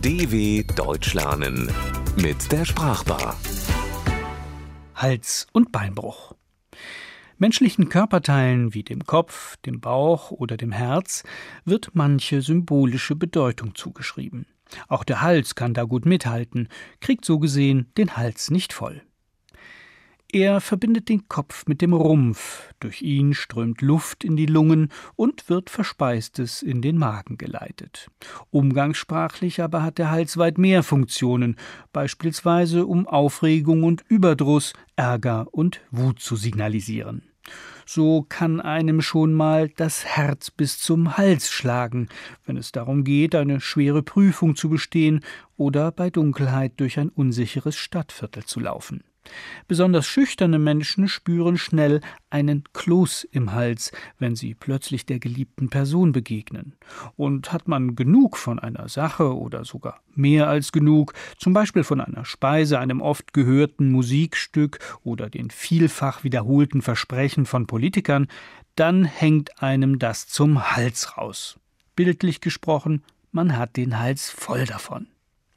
DW Deutsch lernen mit der Sprachbar. Hals- und Beinbruch. Menschlichen Körperteilen wie dem Kopf, dem Bauch oder dem Herz wird manche symbolische Bedeutung zugeschrieben. Auch der Hals kann da gut mithalten, kriegt so gesehen den Hals nicht voll. Er verbindet den Kopf mit dem Rumpf, durch ihn strömt Luft in die Lungen und wird Verspeistes in den Magen geleitet. Umgangssprachlich aber hat der Hals weit mehr Funktionen, beispielsweise um Aufregung und Überdruss, Ärger und Wut zu signalisieren. So kann einem schon mal das Herz bis zum Hals schlagen, wenn es darum geht, eine schwere Prüfung zu bestehen oder bei Dunkelheit durch ein unsicheres Stadtviertel zu laufen. Besonders schüchterne Menschen spüren schnell einen Kloß im Hals, wenn sie plötzlich der geliebten Person begegnen. Und hat man genug von einer Sache oder sogar mehr als genug, zum Beispiel von einer Speise, einem oft gehörten Musikstück oder den vielfach wiederholten Versprechen von Politikern, dann hängt einem das zum Hals raus. Bildlich gesprochen, man hat den Hals voll davon.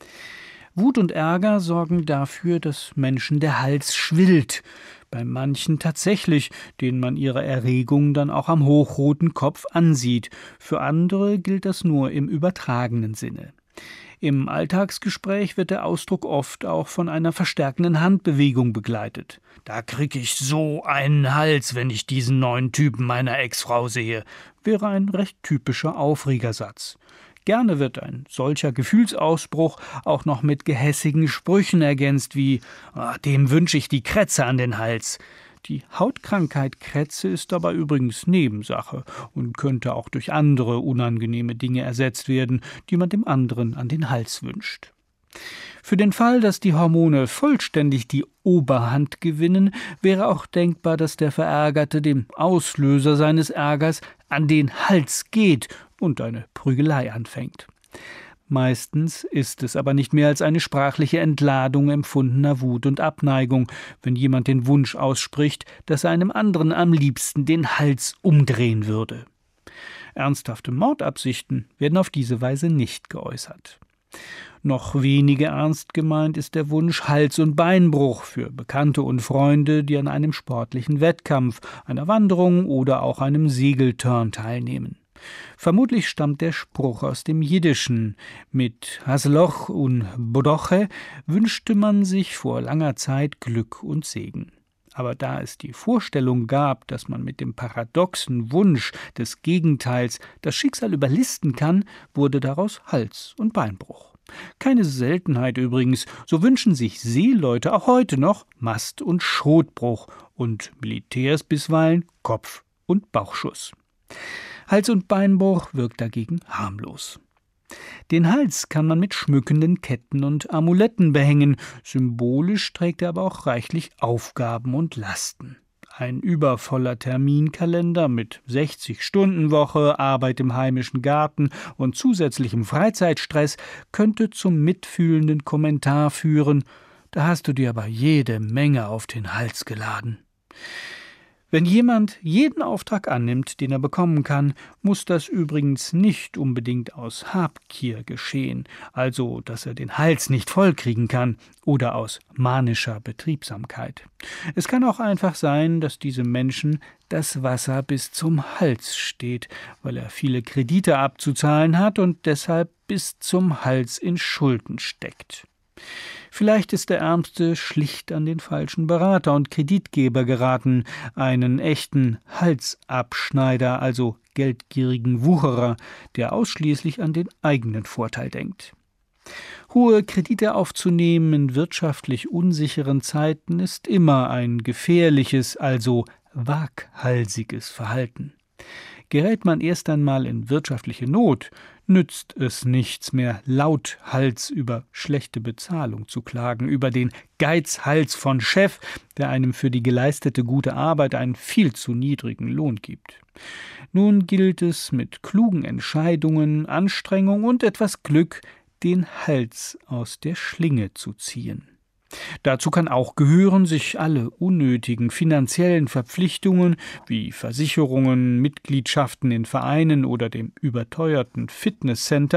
Wut und Ärger sorgen dafür, dass Menschen der Hals schwillt. Bei manchen tatsächlich, denen man ihre Erregung dann auch am hochroten Kopf ansieht. Für andere gilt das nur im übertragenen Sinne. Im Alltagsgespräch wird der Ausdruck oft auch von einer verstärkenden Handbewegung begleitet. Da krieg ich so einen Hals, wenn ich diesen neuen Typen meiner Ex-Frau sehe, wäre ein recht typischer Aufregersatz. Gerne wird ein solcher Gefühlsausbruch auch noch mit gehässigen Sprüchen ergänzt wie »dem wünsche ich die Krätze an den Hals«. Die Hautkrankheit Krätze ist dabei übrigens Nebensache und könnte auch durch andere unangenehme Dinge ersetzt werden, die man dem anderen an den Hals wünscht. Für den Fall, dass die Hormone vollständig die Oberhand gewinnen, wäre auch denkbar, dass der Verärgerte dem Auslöser seines Ärgers an den Hals geht und eine Prügelei anfängt. Meistens ist es aber nicht mehr als eine sprachliche Entladung empfundener Wut und Abneigung, wenn jemand den Wunsch ausspricht, dass er einem anderen am liebsten den Hals umdrehen würde. Ernsthafte Mordabsichten werden auf diese Weise nicht geäußert. Noch weniger ernst gemeint ist der Wunsch Hals- und Beinbruch für Bekannte und Freunde, die an einem sportlichen Wettkampf, einer Wanderung oder auch einem Segeltörn teilnehmen. Vermutlich stammt der Spruch aus dem Jiddischen. Mit Hasloch und Bodoche wünschte man sich vor langer Zeit Glück und Segen. Aber da es die Vorstellung gab, dass man mit dem paradoxen Wunsch des Gegenteils das Schicksal überlisten kann, wurde daraus Hals- und Beinbruch. Keine Seltenheit übrigens, so wünschen sich Seeleute auch heute noch Mast- und Schotbruch und Militärs bisweilen Kopf- und Bauchschuss. Hals- und Beinbruch wirkt dagegen harmlos. Den Hals kann man mit schmückenden Ketten und Amuletten behängen, symbolisch trägt er aber auch reichlich Aufgaben und Lasten. Ein übervoller Terminkalender mit 60-Stunden-Woche, Arbeit im heimischen Garten und zusätzlichem Freizeitstress könnte zum mitfühlenden Kommentar führen: Da hast du dir aber jede Menge auf den Hals geladen. Wenn jemand jeden Auftrag annimmt, den er bekommen kann, muss das übrigens nicht unbedingt aus Habgier geschehen, also dass er den Hals nicht vollkriegen kann, oder aus manischer Betriebsamkeit. Es kann auch einfach sein, dass diesem Menschen das Wasser bis zum Hals steht, weil er viele Kredite abzuzahlen hat und deshalb bis zum Hals in Schulden steckt. Vielleicht ist der Ärmste schlicht an den falschen Berater und Kreditgeber geraten, einen echten Halsabschneider, also geldgierigen Wucherer, der ausschließlich an den eigenen Vorteil denkt. Hohe Kredite aufzunehmen in wirtschaftlich unsicheren Zeiten ist immer ein gefährliches, also waghalsiges Verhalten. Gerät man erst einmal in wirtschaftliche Not, nützt es nichts mehr, lauthals über schlechte Bezahlung zu klagen, über den Geizhals von Chef, der einem für die geleistete gute Arbeit einen viel zu niedrigen Lohn gibt. Nun gilt es, mit klugen Entscheidungen, Anstrengung und etwas Glück den Hals aus der Schlinge zu ziehen. Dazu kann auch gehören, sich alle unnötigen finanziellen Verpflichtungen wie Versicherungen, Mitgliedschaften in Vereinen oder dem überteuerten Fitnesscenter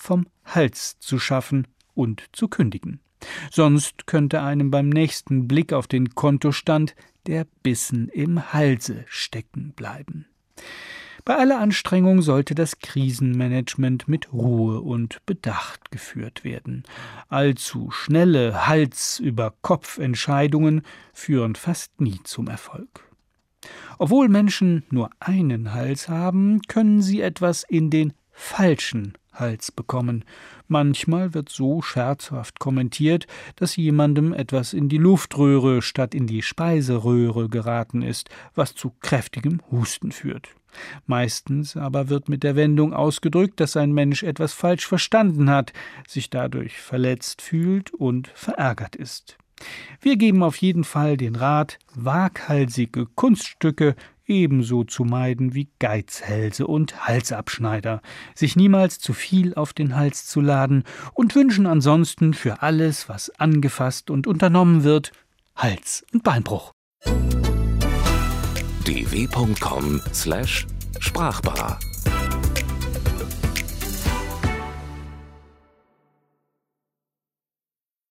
vom Hals zu schaffen und zu kündigen. Sonst könnte einem beim nächsten Blick auf den Kontostand der Bissen im Halse stecken bleiben. Bei aller Anstrengung sollte das Krisenmanagement mit Ruhe und Bedacht geführt werden. Allzu schnelle Hals-über-Kopf-Entscheidungen führen fast nie zum Erfolg. Obwohl Menschen nur einen Hals haben, können sie etwas in den falschen Hals bekommen. Manchmal wird so scherzhaft kommentiert, dass jemandem etwas in die Luftröhre statt in die Speiseröhre geraten ist, was zu kräftigem Husten führt. Meistens aber wird mit der Wendung ausgedrückt, dass ein Mensch etwas falsch verstanden hat, sich dadurch verletzt fühlt und verärgert ist. Wir geben auf jeden Fall den Rat, waghalsige Kunststücke ebenso zu meiden wie Geizhälse und Halsabschneider, sich niemals zu viel auf den Hals zu laden und wünschen ansonsten für alles, was angefasst und unternommen wird, Hals- und Beinbruch. dw.com/Sprachbar